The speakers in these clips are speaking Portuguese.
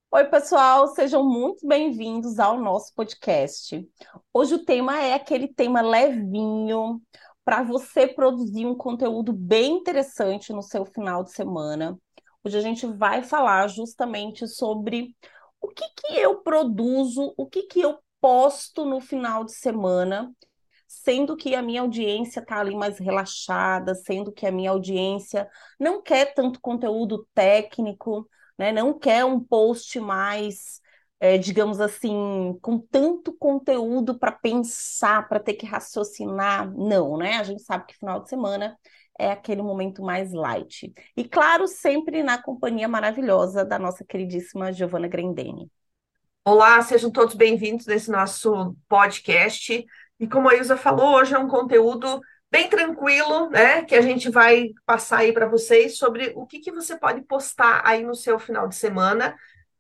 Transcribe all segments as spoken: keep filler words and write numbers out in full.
Oi, pessoal, sejam muito bem-vindos ao nosso podcast. Hoje o tema é aquele tema levinho para você produzir um conteúdo bem interessante no seu final de semana. Hoje a gente vai falar justamente sobre o que que eu produzo, o que que eu posto no final de semana, sendo que a minha audiência está ali mais relaxada, sendo que a minha audiência não quer tanto conteúdo técnico, né? Não quer um post mais, é, digamos assim, com tanto conteúdo para pensar, para ter que raciocinar. Não, né? A gente sabe que final de semana é aquele momento mais light. E claro, sempre na companhia maravilhosa da nossa queridíssima Giovanna Grendene. Olá, sejam todos bem-vindos nesse nosso podcast. E como a Ilza falou, hoje é um conteúdo bem tranquilo, né? Que a gente vai passar aí para vocês sobre o que que você pode postar aí no seu final de semana,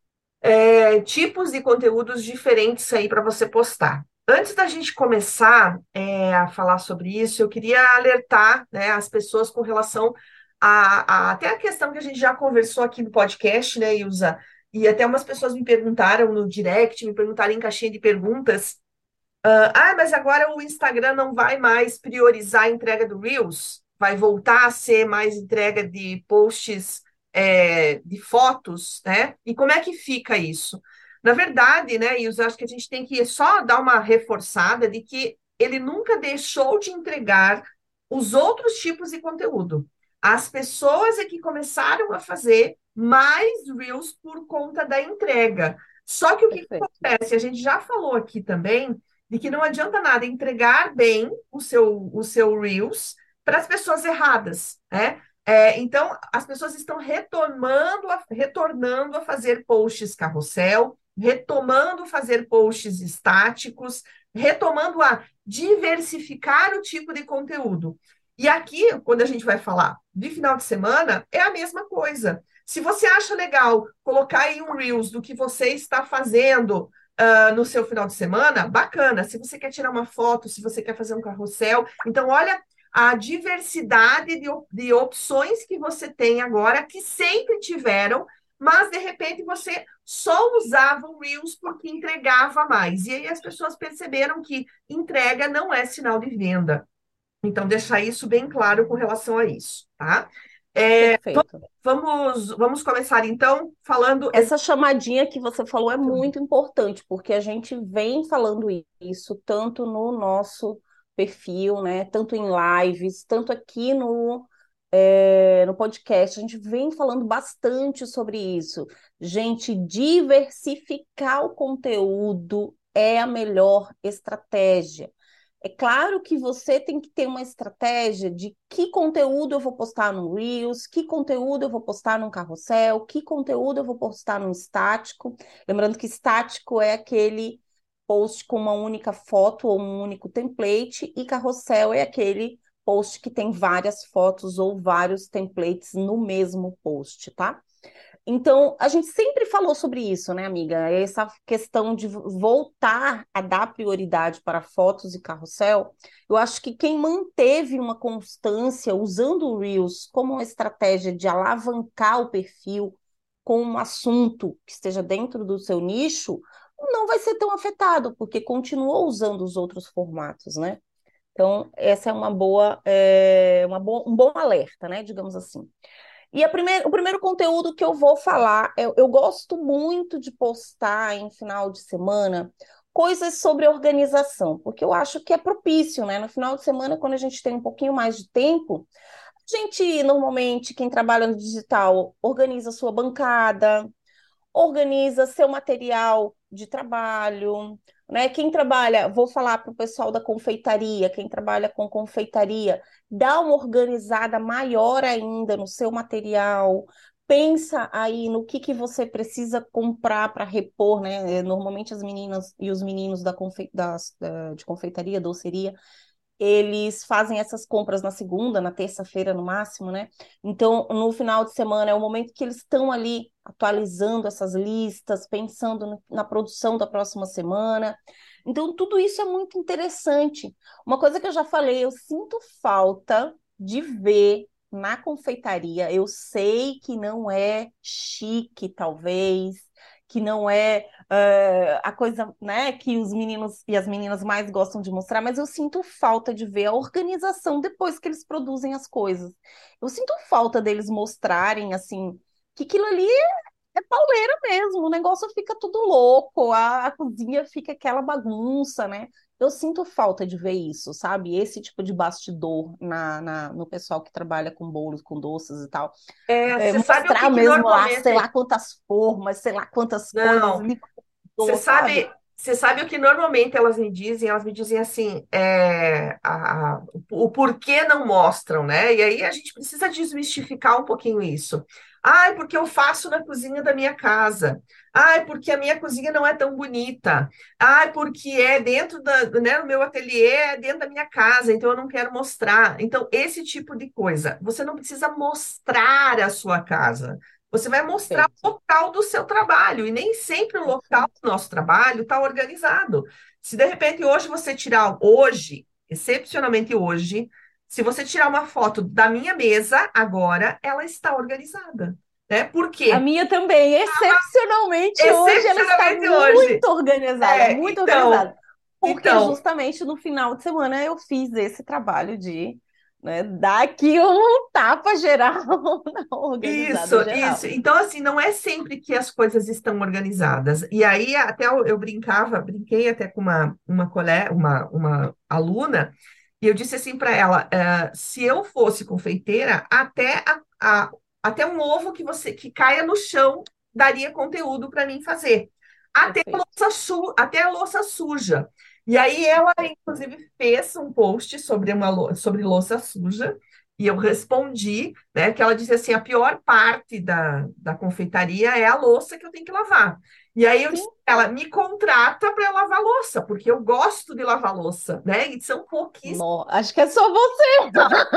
é, tipos de conteúdos diferentes aí para você postar. Antes da gente começar, é, a falar sobre isso, eu queria alertar, né, as pessoas com relação a, a- até a questão que a gente já conversou aqui no podcast, né, Ilza? E até umas pessoas me perguntaram no direct, me perguntaram em caixinha de perguntas. Ah, mas agora o Instagram não vai mais priorizar a entrega do Reels, vai voltar a ser mais entrega de posts, é, de fotos, né? E como é que fica isso? Na verdade, né, eu acho que a gente tem que só dar uma reforçada de que ele nunca deixou de entregar os outros tipos de conteúdo. As pessoas é que começaram a fazer mais Reels por conta da entrega. Só que o que que Perfeito. acontece? A gente já falou aqui também de que não adianta nada entregar bem o seu, o seu Reels para as pessoas erradas, né? É, então, as pessoas estão retomando a, retornando a fazer posts carrossel, retomando fazer posts estáticos, retomando a diversificar o tipo de conteúdo. E aqui, quando a gente vai falar de final de semana, é a mesma coisa. Se você acha legal colocar aí um Reels do que você está fazendo, ah, no seu final de semana, bacana. Se você quer tirar uma foto, se você quer fazer um carrossel, então olha a diversidade de, op- de opções que você tem agora, que sempre tiveram, mas de repente você só usava o Reels porque entregava mais. E aí as pessoas perceberam que entrega não é sinal de venda. Então, deixar isso bem claro com relação a isso, tá? É, Perfeito. vamos, vamos começar então falando. Essa chamadinha que você falou é muito importante, porque a gente vem falando isso tanto no nosso perfil, né? Tanto em lives, tanto aqui no, é, no podcast. A gente vem falando bastante sobre isso. Gente, diversificar o conteúdo é a melhor estratégia. É claro que você tem que ter uma estratégia de que conteúdo eu vou postar no Reels, que conteúdo eu vou postar no carrossel, que conteúdo eu vou postar no estático. Lembrando que estático é aquele post com uma única foto ou um único template, e carrossel é aquele post que tem várias fotos ou vários templates no mesmo post, tá? Então, a gente sempre falou sobre isso, né, amiga? Essa questão de voltar a dar prioridade para fotos e carrossel. Eu acho que quem manteve uma constância usando o Reels como uma estratégia de alavancar o perfil com um assunto que esteja dentro do seu nicho, não vai ser tão afetado, porque continuou usando os outros formatos, né? Então, essa é uma boa, é, uma boa, um bom alerta, né? Digamos assim. E a primeira, o primeiro conteúdo que eu vou falar, eu, eu gosto muito de postar em final de semana coisas sobre organização, porque eu acho que é propício, né? No final de semana, quando a gente tem um pouquinho mais de tempo, a gente, normalmente, quem trabalha no digital, organiza sua bancada, organiza seu material de trabalho, né? Quem trabalha, vou falar para o pessoal da confeitaria, quem trabalha com confeitaria, dá uma organizada maior ainda no seu material. Pensa aí no que que você precisa comprar para repor, né? Normalmente as meninas e os meninos da, confe... das, da- de confeitaria, doceria, eles fazem essas compras na segunda, na terça-feira no máximo, né? Então, no final de semana é o momento que eles estão ali atualizando essas listas, pensando no- na produção da próxima semana. Então, tudo isso é muito interessante. Uma coisa que eu já falei, eu sinto falta de ver na confeitaria. Eu sei que não é chique, talvez, que não é eh, a coisa, né, que os meninos e as meninas mais gostam de mostrar, mas eu sinto falta de ver a organização depois que eles produzem as coisas. Eu sinto falta deles mostrarem, assim, que aquilo ali é pauleira mesmo, o negócio fica tudo louco, a, a cozinha fica aquela bagunça, né? Eu sinto falta de ver isso, sabe? Esse tipo de bastidor na, na- no pessoal que trabalha com bolos, com doces e tal. É, É, você sabe o que mostrar que mesmo lá, sei lá normalmente. quantas formas, sei lá quantas coisas, Não. Você liquidificador, sabe? sabe, você sabe o que normalmente elas me dizem? Elas me dizem assim, é, a- a- o porquê não mostram, né? E aí a gente precisa desmistificar um pouquinho isso. Ai, porque eu faço na cozinha da minha casa. Ai, porque a minha cozinha não é tão bonita. Ai, porque é dentro da, né, no meu ateliê, é dentro da minha casa, então eu não quero mostrar. Então, esse tipo de coisa, você não precisa mostrar a sua casa. Você vai mostrar o Perfeito, local do seu trabalho, e nem sempre o local perfeito. do nosso trabalho está organizado. Se de repente hoje você tirar, hoje, excepcionalmente hoje, se você tirar uma foto da minha mesa agora, ela está organizada, né? Por A quê? minha também, excepcionalmente hoje, ela está Excepcionalmente hoje. muito organizada, É, muito então, organizada. Porque então, justamente no final de semana eu fiz esse trabalho de, né, dar aqui um tapa geral na isso, organizada geral. isso. Então, assim, não é sempre que as coisas estão organizadas. E aí, até eu, eu brincava, brinquei até com uma, uma colega, uma, uma aluna, e eu disse assim para ela: eh, se eu fosse confeiteira, até, a, a- até um ovo que você que caia no chão daria conteúdo para mim fazer. Até a Perfeito, louça, su, até a louça suja. E aí ela, perfeito. inclusive, fez um post sobre uma lou- sobre louça suja, e eu respondi, né, que ela dizia assim: a pior parte da, da confeitaria é a louça que eu tenho que lavar. E aí eu disse, Sim, ela me contrata para eu lavar louça, porque eu gosto de lavar louça, né? E são pouquíssimas. no- acho que é só você.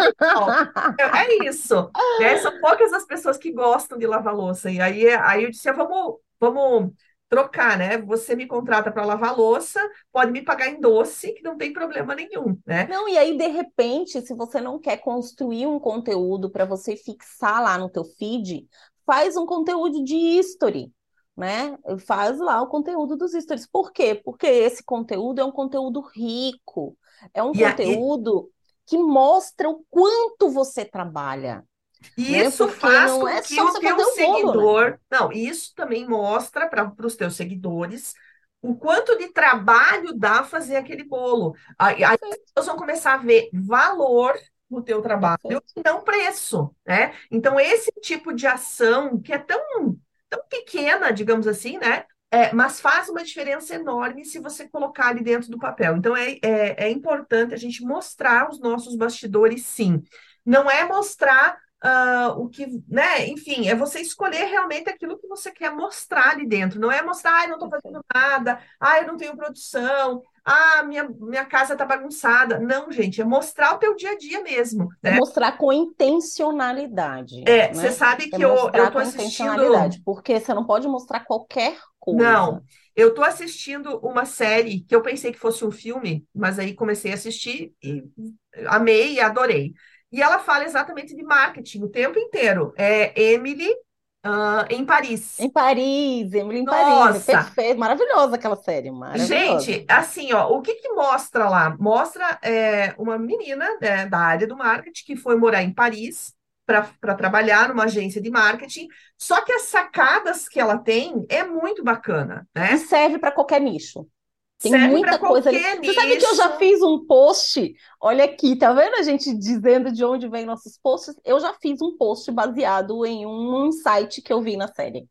É é isso, né? São poucas as pessoas que gostam de lavar louça. E aí, aí eu disse, ah, vamos, vamos trocar, né? Você me contrata para lavar louça, pode me pagar em doce, que não tem problema nenhum, né? Não, e aí, de repente, se você não quer construir um conteúdo para você fixar lá no teu feed, faz um conteúdo de history, né? Faz lá o conteúdo dos stories. Por quê? Porque esse conteúdo é um conteúdo rico, é um E, a- e, conteúdo que mostra o quanto você trabalha, E né? isso Porque faz não com é que só o você teu fazer o bolo, né? seguidor, não, isso também mostra para os teus seguidores o quanto de trabalho dá fazer aquele bolo. Aí, aí as Perfeito, pessoas vão começar a ver valor no teu trabalho perfeito. e não preço, né? Então, esse tipo de ação que é tão, tão pequena, digamos assim, né? É, mas faz uma diferença enorme se você colocar ali dentro do papel. Então, é, é, é importante a gente mostrar os nossos bastidores, sim. Não é mostrar ah, o que, né? Enfim, é você escolher realmente aquilo que você quer mostrar ali dentro. Não é mostrar, ah, eu não estou fazendo Perfeito. nada, ah, eu não tenho produção, ah, minha, minha casa está bagunçada. Não, gente, é mostrar o teu dia a dia mesmo, É né? mostrar com intencionalidade, É, você né? sabe É que eu, eu mostrar tô com assistindo. intencionalidade, porque você não pode mostrar qualquer Não, coisa. eu tô assistindo uma série que eu pensei que fosse um filme, mas aí comecei a assistir e amei e adorei. E ela fala exatamente de marketing o tempo inteiro. É Emily, ah, em Paris. Em Paris, Emily em Paris, é Nossa, perfeito, maravilhosa aquela série, maravilhosa. gente, assim, ó, o que que mostra lá? Mostra é, uma menina, né, da área do marketing que foi morar em Paris para para trabalhar numa agência de marketing. Só que as sacadas que ela tem é muito bacana, E né? serve para qualquer nicho. Tem Serve para muita coisa ali. qualquer Você sabe que eu já nicho. fiz um post? Olha aqui, tá vendo a gente dizendo de onde vem nossos posts? Eu já fiz um post baseado em um insight que eu vi na série.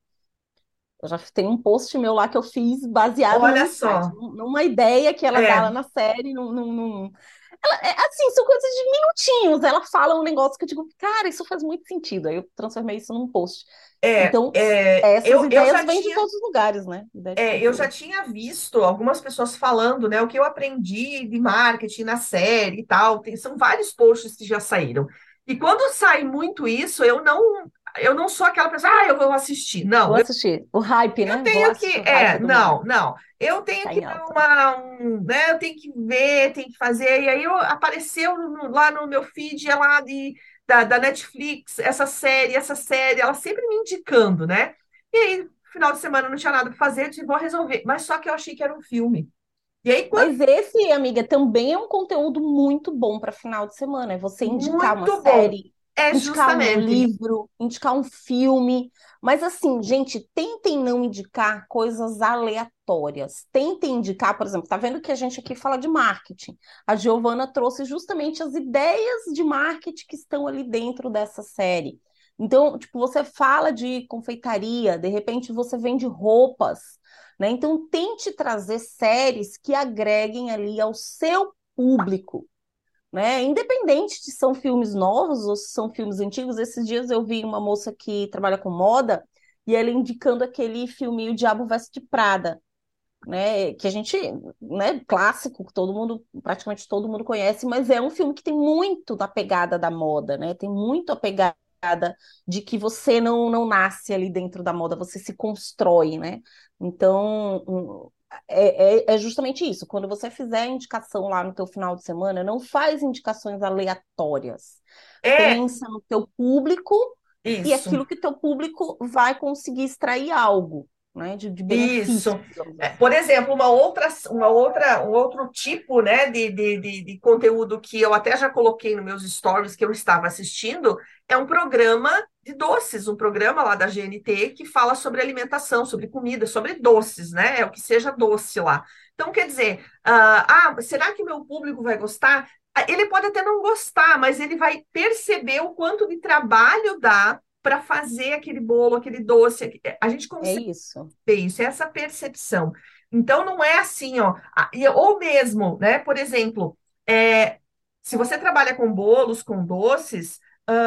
Eu já tenho um post meu lá que eu fiz baseado num Olha insight, só. num- numa ideia que ela dá lá É, na série, num, num- num- Ela, é, assim, são coisas de minutinhos. Ela fala um negócio que eu digo, cara, isso faz muito sentido. Aí eu transformei isso num post. é, Então, é, essas eu, eu ideias já vêm de tinha, todos os lugares, né? Ideia de é, eu já conteúdo. tinha visto algumas pessoas falando, né, o que eu aprendi de marketing na série e tal. Tem, são vários posts que já saíram. E quando sai muito isso, eu não, eu não sou aquela pessoa, ah, eu vou assistir. Vou Não, assistir. O hype, eu né? Vou tenho lá que, assistir o hype é, do momento. não, não. Eu tenho Tá que em dar alta. uma, um, né? Eu tenho que ver, tenho que fazer. E aí eu, apareceu no- lá no meu feed é lá de, da, da Netflix, essa série, essa série, ela sempre me indicando, né? E aí final de semana não tinha nada para fazer, eu disse, vou resolver. Mas só que eu achei que era um filme. E aí, quando... Mas esse, amiga, também é um conteúdo muito bom para final de semana. É você indicar uma Muito bom. série, É indicar um justamente. livro, indicar um filme. Mas assim, gente, tentem não indicar coisas aleatórias. Tentem indicar, por exemplo, tá vendo que a gente aqui fala de marketing. A Giovana trouxe justamente as ideias de marketing que estão ali dentro dessa série. Então, tipo, você fala de confeitaria, de repente você vende roupas, né? Então, tente trazer séries que agreguem ali ao seu público, né? Independente de são filmes novos ou se são filmes antigos. Esses dias eu vi uma moça que trabalha com moda e ela indicando aquele filme O Diabo Veste de Prada, né? Que a gente, né, clássico, que todo mundo, praticamente todo mundo conhece, mas é um filme que tem muito da pegada da moda, né? Tem muito a pegada de que você não, não nasce ali dentro da moda, você se constrói, né? Então, um, é, é, é justamente isso. Quando você fizer a indicação lá no teu final de semana, não faz indicações aleatórias. É Pensa no teu público e isso. aquilo que teu público vai conseguir extrair algo, né, de, de benefício, Isso. digamos É, assim. por exemplo, uma outra, uma outra, um outro tipo, né, de, de, de, de conteúdo que eu até já coloquei nos meus stories que eu estava assistindo é um programa de doces, um programa lá da G N T que fala sobre alimentação, sobre comida, sobre doces, né? É o que seja doce lá. Então, quer dizer, ah, ah, será que meu público vai gostar? Ah, ele pode até não gostar, mas ele vai perceber o quanto de trabalho dá para fazer aquele bolo, aquele doce. A gente É consegue isso. ter isso, essa percepção. Então, não é assim, ó. Ah, e- Ou mesmo, né? Por exemplo, é, se você trabalha com bolos, com doces,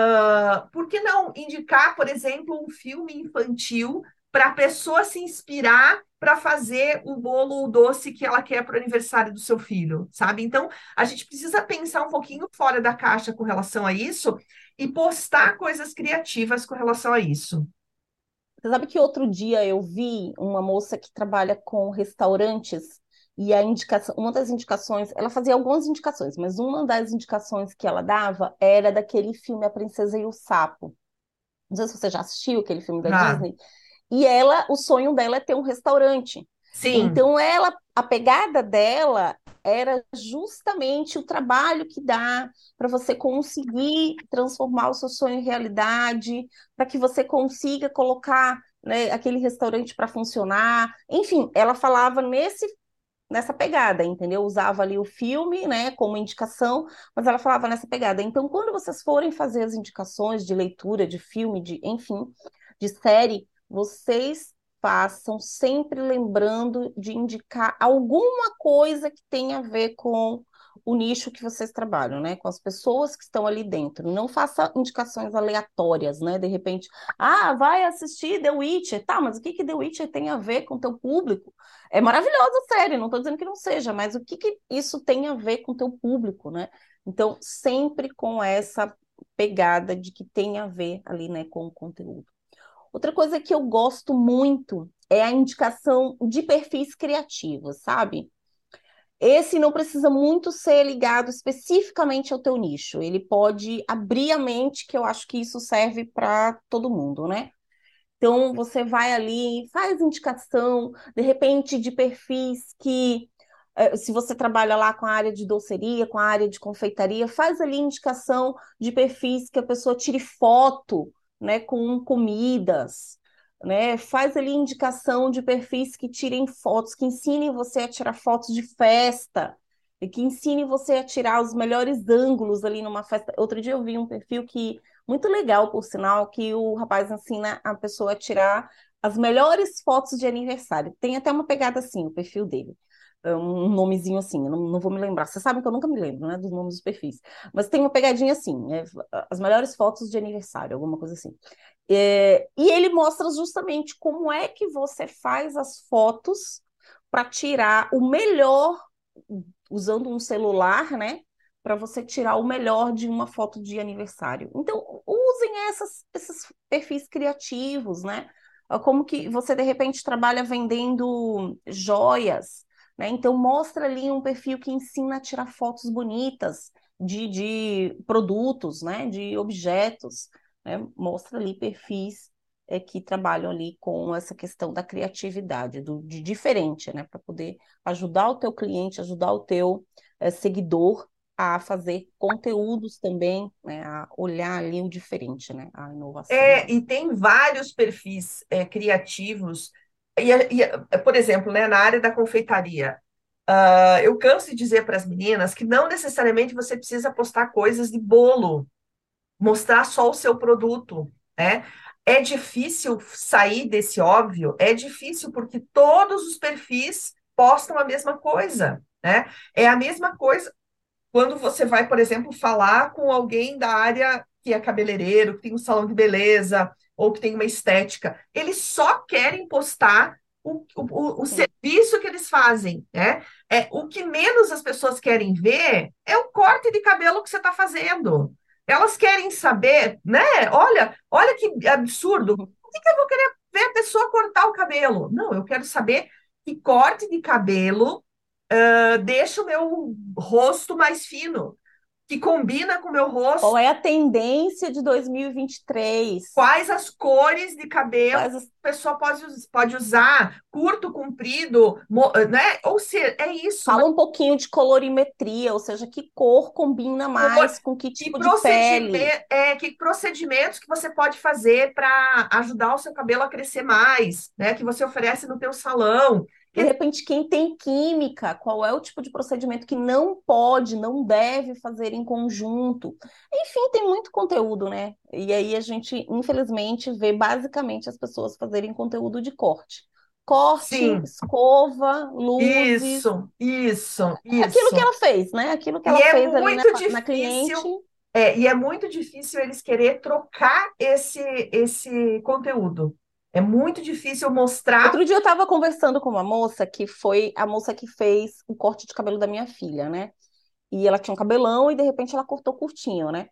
ah, por que não indicar, por exemplo, um filme infantil para a pessoa se inspirar para fazer o bolo ou doce que ela quer para o aniversário do seu filho, sabe? Então, a gente precisa pensar um pouquinho fora da caixa com relação a isso e postar coisas criativas com relação a isso. Você sabe que outro dia eu vi uma moça que trabalha com restaurantes e a indicação, uma das indicações, ela fazia algumas indicações, mas uma das indicações que ela dava era daquele filme A Princesa e o Sapo. Não sei se você já assistiu aquele filme da Já. Disney. E ela, o sonho dela é ter um restaurante. Sim, Então, ela, a pegada dela era justamente o trabalho que dá para você conseguir transformar o seu sonho em realidade, para que você consiga colocar, né, aquele restaurante para funcionar. Enfim, ela falava nesse nessa pegada, entendeu? Usava ali o filme, né, como indicação, mas ela falava nessa pegada. Então, quando vocês forem fazer as indicações de leitura, de filme, de, enfim, de série, vocês façam sempre lembrando de indicar alguma coisa que tenha a ver com o nicho que vocês trabalham, né? Com as pessoas que estão ali dentro. Não faça indicações aleatórias, né? De repente, ah, vai assistir The Witcher. Tá, mas o que que The Witcher tem a ver com o teu público? É maravilhosa a série, não estou dizendo que não seja, mas o que que isso tem a ver com o teu público, né? Então, sempre com essa pegada de que tem a ver ali, né, com o conteúdo. Outra coisa que eu gosto muito é a indicação de perfis criativos, sabe? Esse não precisa muito ser ligado especificamente ao teu nicho. Ele pode abrir a mente, que eu acho que isso serve para todo mundo, né? Então, você vai ali, faz indicação, de repente, de perfis que, eh, se você trabalha lá com a área de doceria, com a área de confeitaria, faz ali indicação de perfis que a pessoa tire foto, né, com comidas, né? Faz ali indicação de perfis que tirem fotos, que ensinem você a tirar fotos de festa, e que ensinem você a tirar os melhores ângulos ali numa festa. Outro dia eu vi um perfil que muito legal, por sinal, que o rapaz ensina a pessoa a tirar as melhores fotos de aniversário. Tem até uma pegada assim, o perfil dele. É um nomezinho assim, eu não, não vou me lembrar. Vocês sabem que eu nunca me lembro, né, dos nomes dos perfis. Mas tem uma pegadinha assim, é, as melhores fotos de aniversário, alguma coisa assim. É, e ele mostra justamente como é que você faz as fotos para tirar o melhor, usando um celular, né? Para você tirar o melhor de uma foto de aniversário. Então, usem essas, esses perfis criativos, né? Como que você, de repente, trabalha vendendo joias, né? Então, mostra ali um perfil que ensina a tirar fotos bonitas de, de produtos, né? De objetos, né? Mostra ali perfis é, que trabalham ali com essa questão da criatividade, do, de diferente, né? Para poder ajudar o teu cliente, ajudar o teu é, seguidor a fazer conteúdos também, né? A olhar ali o diferente, né? A inovação É, ali. e tem vários perfis é, criativos. E, e, por exemplo, né, na área da confeitaria, ah, eu canso de dizer para as meninas que não necessariamente você precisa postar coisas de bolo, mostrar só o seu produto, né? É difícil sair desse óbvio, é difícil porque todos os perfis postam a mesma coisa, né? É a mesma coisa quando você vai, por exemplo, falar com alguém da área que é cabeleireiro, que tem um salão de beleza, ou que tem uma estética, eles só querem postar o, o, o Sim. serviço que eles fazem, né? É, o que menos as pessoas querem ver é o corte de cabelo que você está fazendo. Elas querem saber, né? Olha, olha que absurdo. Uhum. Por que que eu vou querer ver a pessoa cortar o cabelo? Não, eu quero saber que corte de cabelo deixa o meu rosto mais fino, que combina com o meu Qual rosto, é a tendência de dois mil e vinte e três? quais as cores de cabelo Quais que as a pessoa pode, us- pode usar, curto, comprido, mo- né? Ou seja, é isso, mas Fala um pouquinho de colorimetria, ou seja, que cor combina cor, mais com que que tipo de pele. procedimento, é, que procedimentos que você pode fazer para ajudar o seu cabelo a crescer mais, né? Que você oferece no teu salão. De Quer dizer, repente, quem tem química, qual é o tipo de procedimento que não pode, não deve fazer em conjunto. Enfim, tem muito conteúdo, né? E aí a gente, infelizmente, vê basicamente as pessoas fazerem conteúdo de corte. Corte, sim, escova, luzes, isso, isso, aquilo que isso. ela fez, né? Aquilo que E ela é fez ali na, muito na cliente. difícil, é, e é muito difícil eles querer trocar esse, esse conteúdo. É muito difícil mostrar. Outro dia eu estava conversando com uma moça que foi a moça que fez o corte de cabelo da minha filha, né? E ela tinha um cabelão e de repente ela cortou curtinho, né?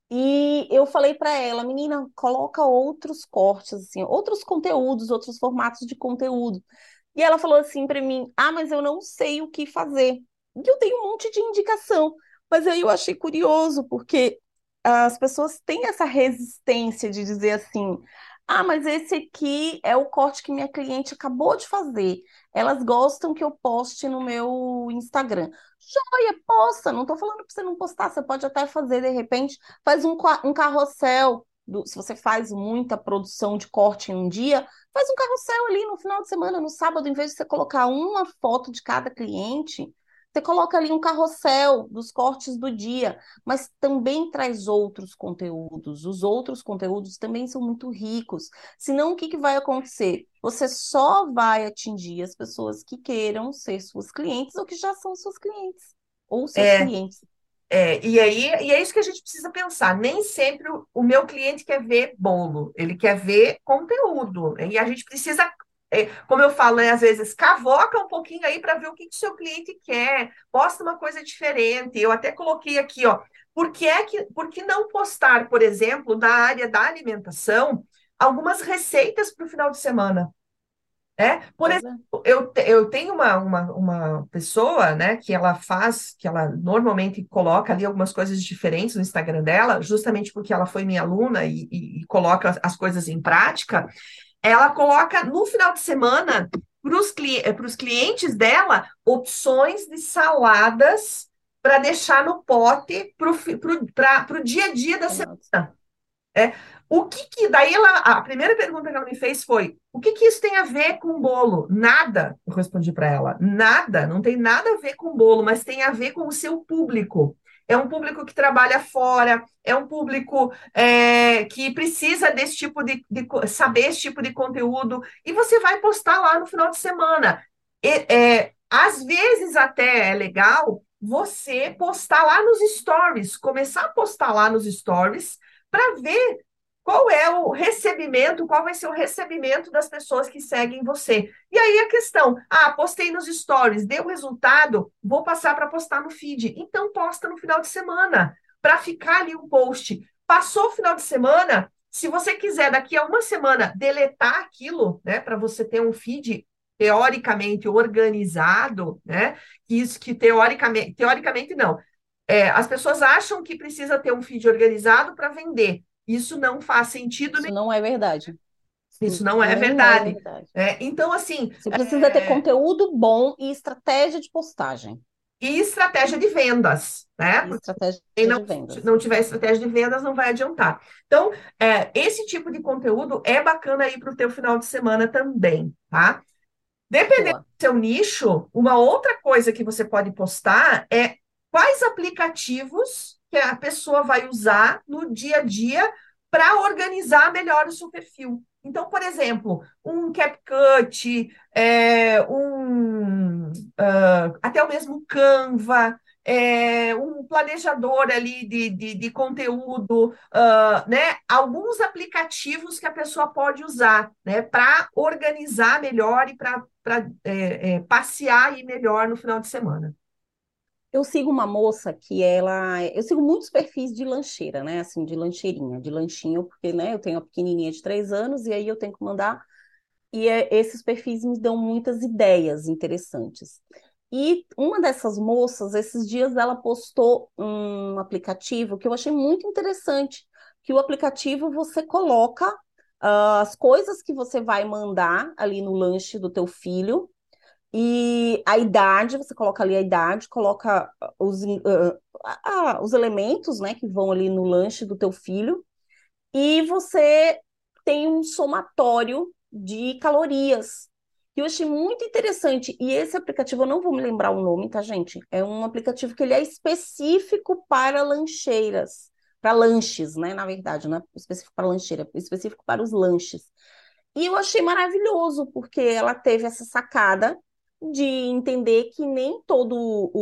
E eu falei para ela, menina, coloca outros cortes, assim, outros conteúdos, outros formatos de conteúdo. E ela falou assim para mim: Ah, mas eu não sei o que fazer. E eu tenho um monte de indicação. Mas aí eu achei curioso, porque as pessoas têm essa resistência de dizer assim: Ah, mas esse aqui é o corte que minha cliente acabou de fazer. Elas gostam que eu poste no meu Instagram. Joia, posta. Não estou falando para você não postar, você pode até fazer de repente, faz um, ca- um carrossel. do- se você faz muita produção de corte em um dia, faz um carrossel ali no final de semana, no sábado, em vez de você colocar uma foto de cada cliente, você coloca ali um carrossel dos cortes do dia, mas também traz outros conteúdos. Os outros conteúdos também são muito ricos. Senão, o que que vai acontecer? Você só vai atingir as pessoas que queiram ser suas clientes ou que já são suas clientes, ou seus É, clientes. é, e aí, e é isso que a gente precisa pensar. Nem sempre o, o meu cliente quer ver bolo, ele quer ver conteúdo. E a gente precisa, é, como eu falo, né, às vezes, cavoca um pouquinho aí para ver o que que o seu cliente quer, posta uma coisa diferente. Eu até coloquei aqui, ó, por que é que, por que não postar, por exemplo, na área da alimentação, algumas receitas para o final de semana? É, por Pois exemplo, é. eu, te- eu tenho uma, uma, uma pessoa, né, que ela faz, que ela normalmente coloca ali algumas coisas diferentes no Instagram dela, justamente porque ela foi minha aluna e, e- e coloca as, as coisas em prática. Ela coloca no final de semana para os cli para os clientes dela opções de saladas para deixar no pote para o dia a dia da Final de semana. É, o que que, daí ela, a primeira pergunta que ela me fez foi, o que que isso tem a ver com bolo? Nada, eu respondi para ela, nada, não tem nada a ver com bolo, mas tem a ver com o seu público. É um público que trabalha fora, é um público é, que precisa desse tipo de, de co- saber esse tipo de conteúdo, e você vai postar lá no final de semana. E, é, às vezes até é legal você postar lá nos stories, começar a postar lá nos stories para ver qual é o recebimento, qual vai ser o recebimento das pessoas que seguem você. E aí a questão, ah, postei nos stories, deu resultado, vou passar para postar no feed. Então posta no final de semana, para ficar ali um post. Passou o final de semana, se você quiser daqui a uma semana deletar aquilo, né, para você ter um feed teoricamente organizado, né? Que isso que teoricamente, teoricamente não. É, as pessoas acham que precisa ter um feed organizado para vender. Isso não faz sentido Isso nenhum. não é verdade. Isso não é Nem é verdade. verdade. É, então, assim, Você precisa ter é, conteúdo bom e estratégia de postagem. e estratégia de vendas, né? E estratégia Quem não, de vendas, não tiver exato. estratégia de vendas não vai adiantar. Então, é, esse tipo de conteúdo é bacana aí para o teu final de semana também, tá? Dependendo Boa. do seu nicho, uma outra coisa que você pode postar é quais aplicativos que a pessoa vai usar no dia a dia para organizar melhor o seu perfil. Então, por exemplo, um CapCut, é, um, ah, até o mesmo Canva, é, um planejador ali de, de, de conteúdo, ah, né? Alguns aplicativos que a pessoa pode usar, né, para organizar melhor e para é, é, passear aí melhor no final de semana. Eu sigo uma moça que ela. Eu sigo muitos perfis de lancheira, né? Assim, de lancheirinha, de lanchinho, porque, né, eu tenho a pequenininha de três anos e aí eu tenho que mandar. E é- esses perfis me dão muitas ideias interessantes. E uma dessas moças, esses dias, ela postou um aplicativo que eu achei muito interessante, que o aplicativo você coloca ah, as coisas que você vai mandar ali no lanche do teu filho e a idade, você coloca ali a idade, coloca os, ah, ah, os elementos, né, que vão ali no lanche do teu filho e você tem um somatório de calorias. Que eu achei muito interessante. E esse aplicativo, eu não vou me lembrar o nome, tá, gente? É um aplicativo que ele é específico para lancheiras, para lanches, né? Na verdade, não é específico para lancheira, é específico para os lanches. E eu achei maravilhoso, porque ela teve essa sacada de entender que nem todo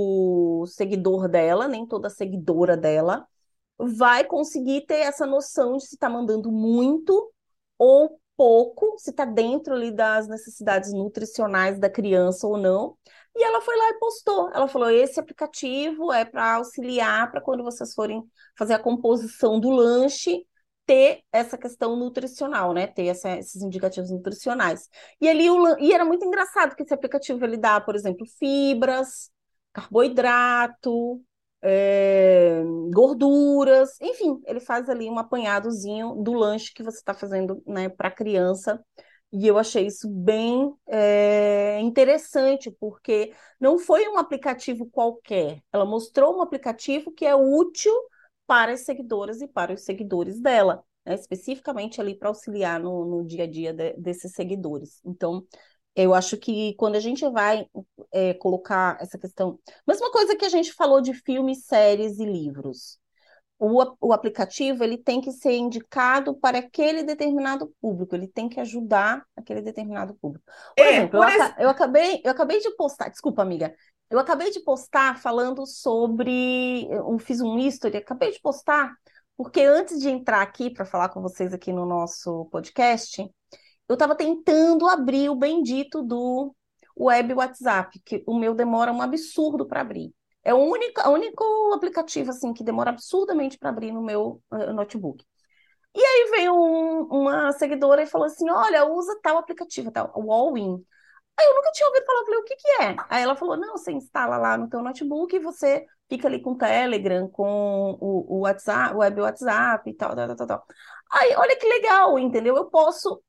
o seguidor dela, nem toda seguidora dela vai conseguir ter essa noção de se está mandando muito ou pouco, se está dentro ali das necessidades nutricionais da criança ou não. E ela foi lá e postou. Ela falou: esse aplicativo é para auxiliar para quando vocês forem fazer a composição do lanche, ter essa questão nutricional, né? Ter essa, esses indicativos nutricionais. E ali o, e era muito engraçado que esse aplicativo ele dá, por exemplo, fibras, carboidrato, é, gorduras, enfim, ele faz ali um apanhadozinho do lanche que você está fazendo, né, para a criança. E eu achei isso bem é, interessante, porque não foi um aplicativo qualquer. Ela mostrou um aplicativo que é útil para as seguidoras e para os seguidores dela, né, especificamente ali para auxiliar no, no dia a dia de, desses seguidores. Então, eu acho que quando a gente vai é, colocar essa questão. Mesma coisa que a gente falou de filmes, séries e livros. O, o aplicativo ele tem que ser indicado para aquele determinado público, ele tem que ajudar aquele determinado público. Por É, exemplo, eu, por aca- exemplo, eu acabei, eu acabei de postar, desculpa, amiga, eu acabei de postar falando sobre. Eu fiz um history, acabei de postar, porque antes de entrar aqui para falar com vocês aqui no nosso podcast, eu estava tentando abrir o bendito do web WhatsApp, que o meu demora um absurdo para abrir. É o único, o único aplicativo assim que demora absurdamente para abrir no meu uh, notebook. E aí veio um- uma seguidora e falou assim: Olha, usa tal aplicativo, tal, o Allwin. Aí eu nunca tinha ouvido falar, eu falei: O que que é? Aí ela falou: Não, você instala lá no teu notebook e você fica ali com o Telegram, com o, o WhatsApp, o web WhatsApp e tal, tal, tal, tal. tal. Aí, olha que legal, entendeu? Eu posso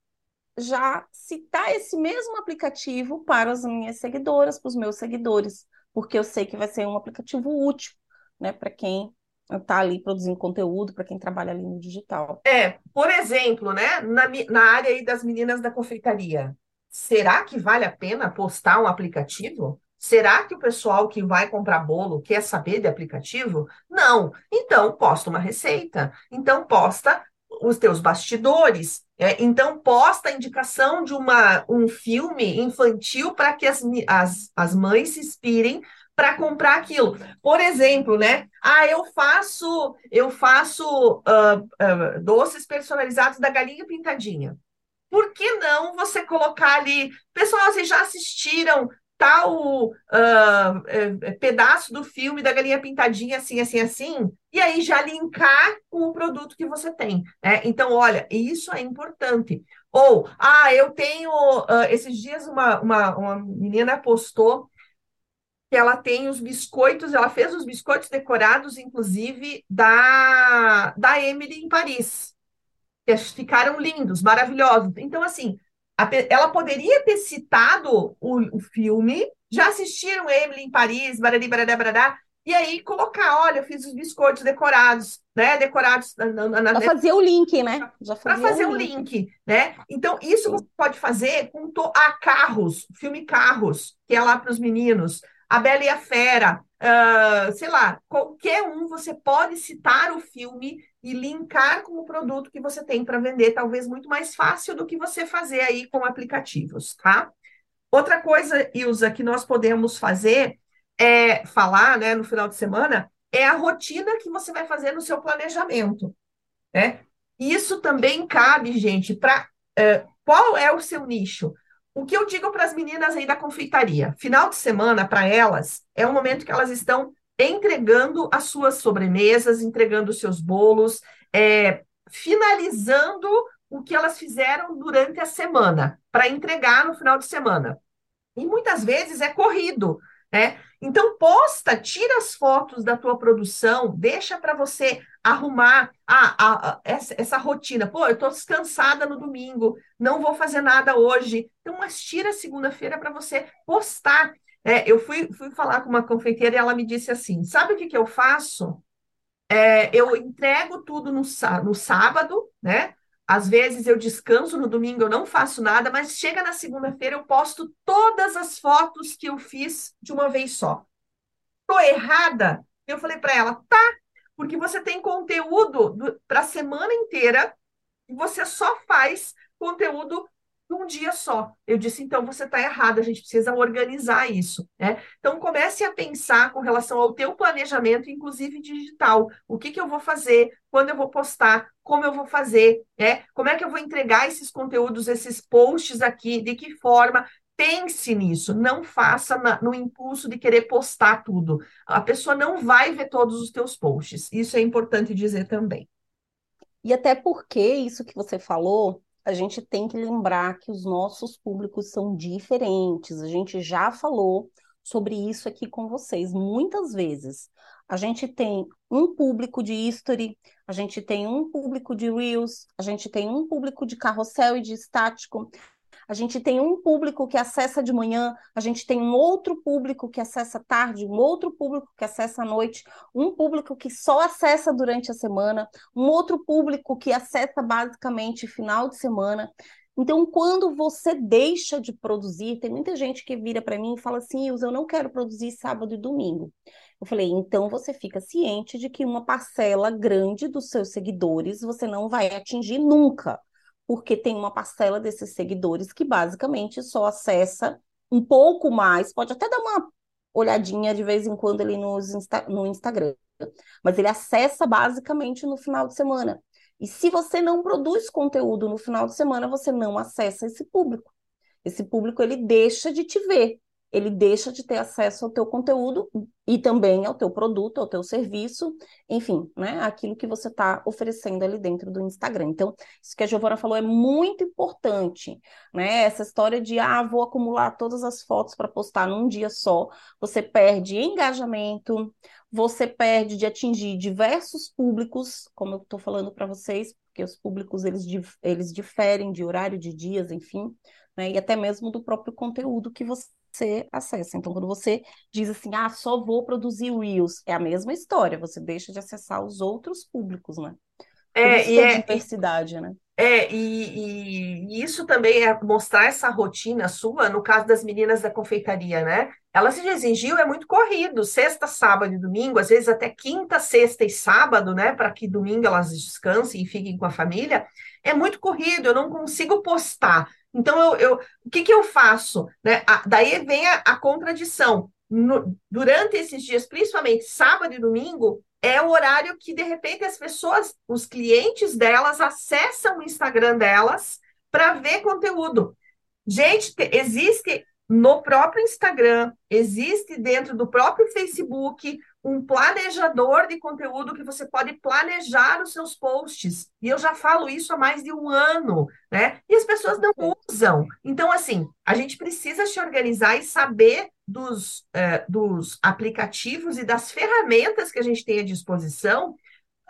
já citar esse mesmo aplicativo para as minhas seguidoras, para os meus seguidores, porque eu sei que vai ser um aplicativo útil, né, para quem está ali produzindo conteúdo, para quem trabalha ali no digital. é, por exemplo, né, na, mi- na área aí das meninas da confeitaria, será que vale a pena postar um aplicativo? Será que o pessoal que vai comprar bolo quer saber de aplicativo? Não. Então, posta uma receita. Então, posta os teus bastidores. É, então, posta a indicação de uma, um filme infantil para que as, mi- as, as mães se inspirem para comprar aquilo. Por exemplo, né? Ah, eu faço, eu faço ah, ah, doces personalizados da galinha pintadinha. Por que não você colocar ali, pessoal, vocês já assistiram tal ah, eh, eh, pedaço do filme da galinha pintadinha assim, assim, assim? E aí já linkar com o produto que você tem, né? Então, olha, isso é importante. Ou, ah, eu tenho, ah, esses dias uma, uma, uma menina postou que ela tem os biscoitos, ela fez os biscoitos decorados, inclusive, da, da Emily em Paris. que ficaram lindos, maravilhosos. Então, assim, a pe- ela poderia ter citado o, o filme, já assistiram Emily em Paris, barari, barará, barará, e aí colocar, olha, eu fiz os biscoitos decorados, né? Decorados na, na, na, Já fazia o link, né? Já para fazia o fazer o link. link, né? Então, isso você Sim. pode fazer com to... a Carros, o filme Carros, que é lá para os meninos, A Bela e a Fera, uh, sei lá, qualquer um você pode citar o filme e linkar com o produto que você tem para vender, talvez muito mais fácil do que você fazer aí com aplicativos, tá? Outra coisa, Ilza, que nós podemos fazer é falar, né, no final de semana, é a rotina que você vai fazer no seu planejamento, né? Isso também cabe, gente, para qual é o seu nicho? O que eu digo para as meninas aí da confeitaria? Final de semana, para elas, é o momento que elas estão entregando as suas sobremesas, entregando os seus bolos, é, finalizando o que elas fizeram durante a semana, para entregar no final de semana. E muitas vezes é corrido, né? Então posta, tira as fotos da tua produção, deixa para você arrumar a, a, a- essa, essa rotina. Pô, eu estou descansada no domingo, não vou fazer nada hoje. Então, mas tira segunda-feira para você postar. É, eu fui, fui falar com uma confeiteira e ela me disse assim: sabe o que que eu faço? É, eu entrego tudo no, sá- no sábado, né? Às vezes eu descanso no domingo, eu não faço nada, mas chega na segunda-feira eu posto todas as fotos que eu fiz de uma vez só. Tô errada? Eu falei para ela, tá, porque você tem conteúdo para a semana inteira e você só faz conteúdo num dia só. Eu disse, então você está errado, a gente precisa organizar isso, né? Então comece a pensar com relação ao teu planejamento, inclusive digital. O que que eu vou fazer, quando eu vou postar, como eu vou fazer, né? Como é que eu vou entregar esses conteúdos, esses posts aqui, de que forma? Pense nisso, não faça na, no impulso de querer postar tudo. A pessoa não vai ver todos os teus posts. Isso é importante dizer também. E até porque isso que você falou, a gente tem que lembrar que os nossos públicos são diferentes. A gente já falou sobre isso aqui com vocês muitas vezes. A gente tem um público de history, a gente tem um público de reels, a gente tem um público de carrossel e de estático, a gente tem um público que acessa de manhã, a gente tem um outro público que acessa à tarde, um outro público que acessa à noite, um público que só acessa durante a semana, um outro público que acessa basicamente final de semana. Então, quando você deixa de produzir, tem muita gente que vira para mim e fala assim: Ilza, eu não quero produzir sábado e domingo. Eu falei, então você fica ciente de que uma parcela grande dos seus seguidores você não vai atingir nunca, porque tem uma parcela desses seguidores que basicamente só acessa um pouco mais, pode até dar uma olhadinha de vez em quando ali nos Insta- no Instagram, mas ele acessa basicamente no final de semana. E se você não produz conteúdo no final de semana, você não acessa esse público. Esse público ele deixa de te ver, ele deixa de ter acesso ao teu conteúdo e também ao teu produto, ao teu serviço, enfim, né, aquilo que você está oferecendo ali dentro do Instagram. Então, isso que a Giovana falou é muito importante, né? Essa história de ah, vou acumular todas as fotos para postar num dia só, você perde engajamento, você perde de atingir diversos públicos, como eu estou falando para vocês, porque os públicos eles, dif- eles diferem de horário, de dias, enfim, né? E até mesmo do próprio conteúdo que você acessa. Então, quando você diz assim, ah, só vou produzir Reels, é a mesma história, você deixa de acessar os outros públicos, né? Por É, isso e que é é, diversidade, né? É, e, e- e isso também é mostrar essa rotina sua, no caso das meninas da confeitaria, né? Ela se exigiu, é muito corrido, sexta, sábado e domingo, às vezes até quinta, sexta e sábado, né? Para que domingo elas descansem e fiquem com a família. É muito corrido, eu não consigo postar. Então, eu, eu- o que que eu faço, né? A- daí vem a, a contradição. No- durante esses dias, principalmente sábado e domingo, é o horário que, de repente, as pessoas, os clientes delas, acessam o Instagram delas para ver conteúdo. Gente, te- existe no próprio Instagram, existe dentro do próprio Facebook um planejador de conteúdo que você pode planejar os seus posts. E eu já falo isso há mais de um ano, né? E as pessoas não Perfeito. usam. Então, assim, a gente precisa se organizar e saber dos, eh, dos aplicativos e das ferramentas que a gente tem à disposição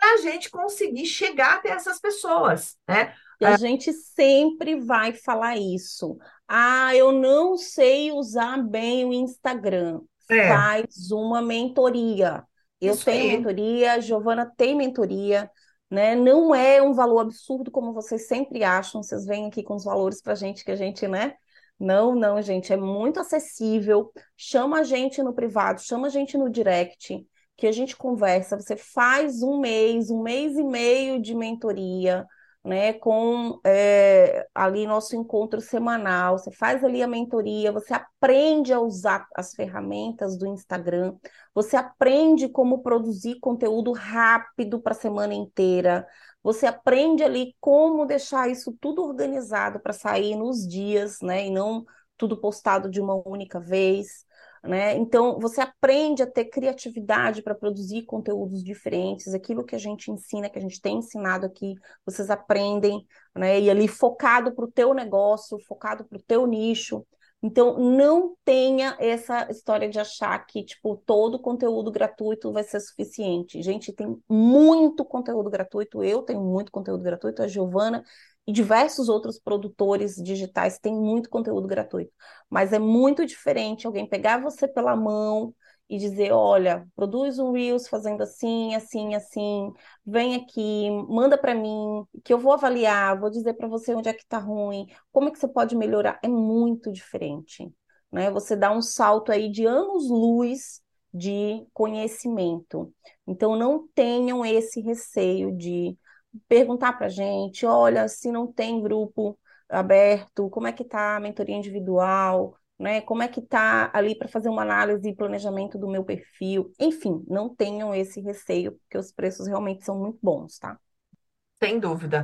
para a gente conseguir chegar até essas pessoas, né? E a gente sempre vai falar isso. Ah, eu não sei usar bem o Instagram. É, Faz uma mentoria. Eu isso tenho aí. mentoria, a Giovana tem mentoria, né? Não é um valor absurdo como vocês sempre acham. Vocês vêm aqui com os valores para gente que a gente, né? Não, não, gente, é muito acessível. Chama a gente no privado, chama a gente no direct, que a gente conversa. Você faz um mês, um mês e meio de mentoria, né, com é, ali nosso encontro semanal. Você faz ali a mentoria, você aprende a usar as ferramentas do Instagram, você aprende como produzir conteúdo rápido para a semana inteira, você aprende ali como deixar isso tudo organizado para sair nos dias, né, e não tudo postado de uma única vez. Né? Então, você aprende a ter criatividade para produzir conteúdos diferentes, aquilo que a gente ensina, que a gente tem ensinado aqui, vocês aprendem, né? E ali focado para o teu negócio, focado para o teu nicho. Então, não tenha essa história de achar que, tipo, todo conteúdo gratuito vai ser suficiente. Gente, tem muito conteúdo gratuito, eu tenho muito conteúdo gratuito, a Giovana e diversos outros produtores digitais têm muito conteúdo gratuito. Mas é muito diferente alguém pegar você pela mão e dizer, olha, produz um Reels fazendo assim, assim, assim, vem aqui, manda para mim, que eu vou avaliar, vou dizer para você onde é que está ruim, como é que você pode melhorar. É muito diferente, né? Você dá um salto aí de anos-luz de conhecimento. Então, não tenham esse receio de perguntar para a gente, olha, se não tem grupo aberto, como é que está a mentoria individual, né? Como é que está ali para fazer uma análise e planejamento do meu perfil. Enfim, não tenham esse receio, porque os preços realmente são muito bons, tá? Sem dúvida.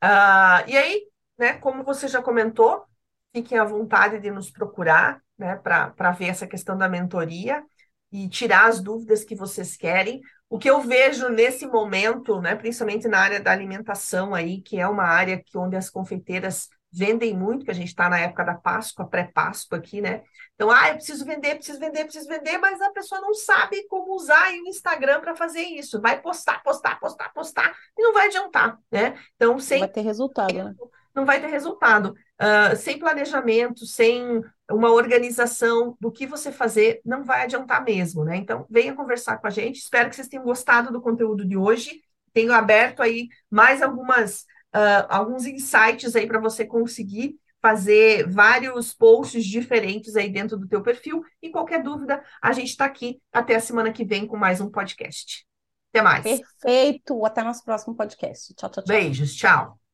Ah, e aí, né, como você já comentou, fiquem à vontade de nos procurar, né, para para ver essa questão da mentoria e tirar as dúvidas que vocês querem. O que eu vejo nesse momento, né, principalmente na área da alimentação aí, que é uma área que onde as confeiteiras vendem muito, que a gente está na época da Páscoa, pré-Páscoa aqui, né? Então, ah, eu preciso vender, preciso vender, preciso vender, mas a pessoa não sabe como usar aí o Instagram para fazer isso. Vai postar, postar, postar, postar e não vai adiantar, né? Então, Não vai sem ter resultado, né? não vai ter resultado. Uh, sem planejamento, sem uma organização do que você fazer, não vai adiantar mesmo, né? Então, venha conversar com a gente. Espero que vocês tenham gostado do conteúdo de hoje. Tenho aberto aí mais algumas, uh, alguns insights aí para você conseguir fazer vários posts diferentes aí dentro do teu perfil. E qualquer dúvida, a gente está aqui até a semana que vem com mais um podcast. Até mais. Perfeito. Até nosso próximo podcast. Tchau, tchau, tchau. Beijos, tchau.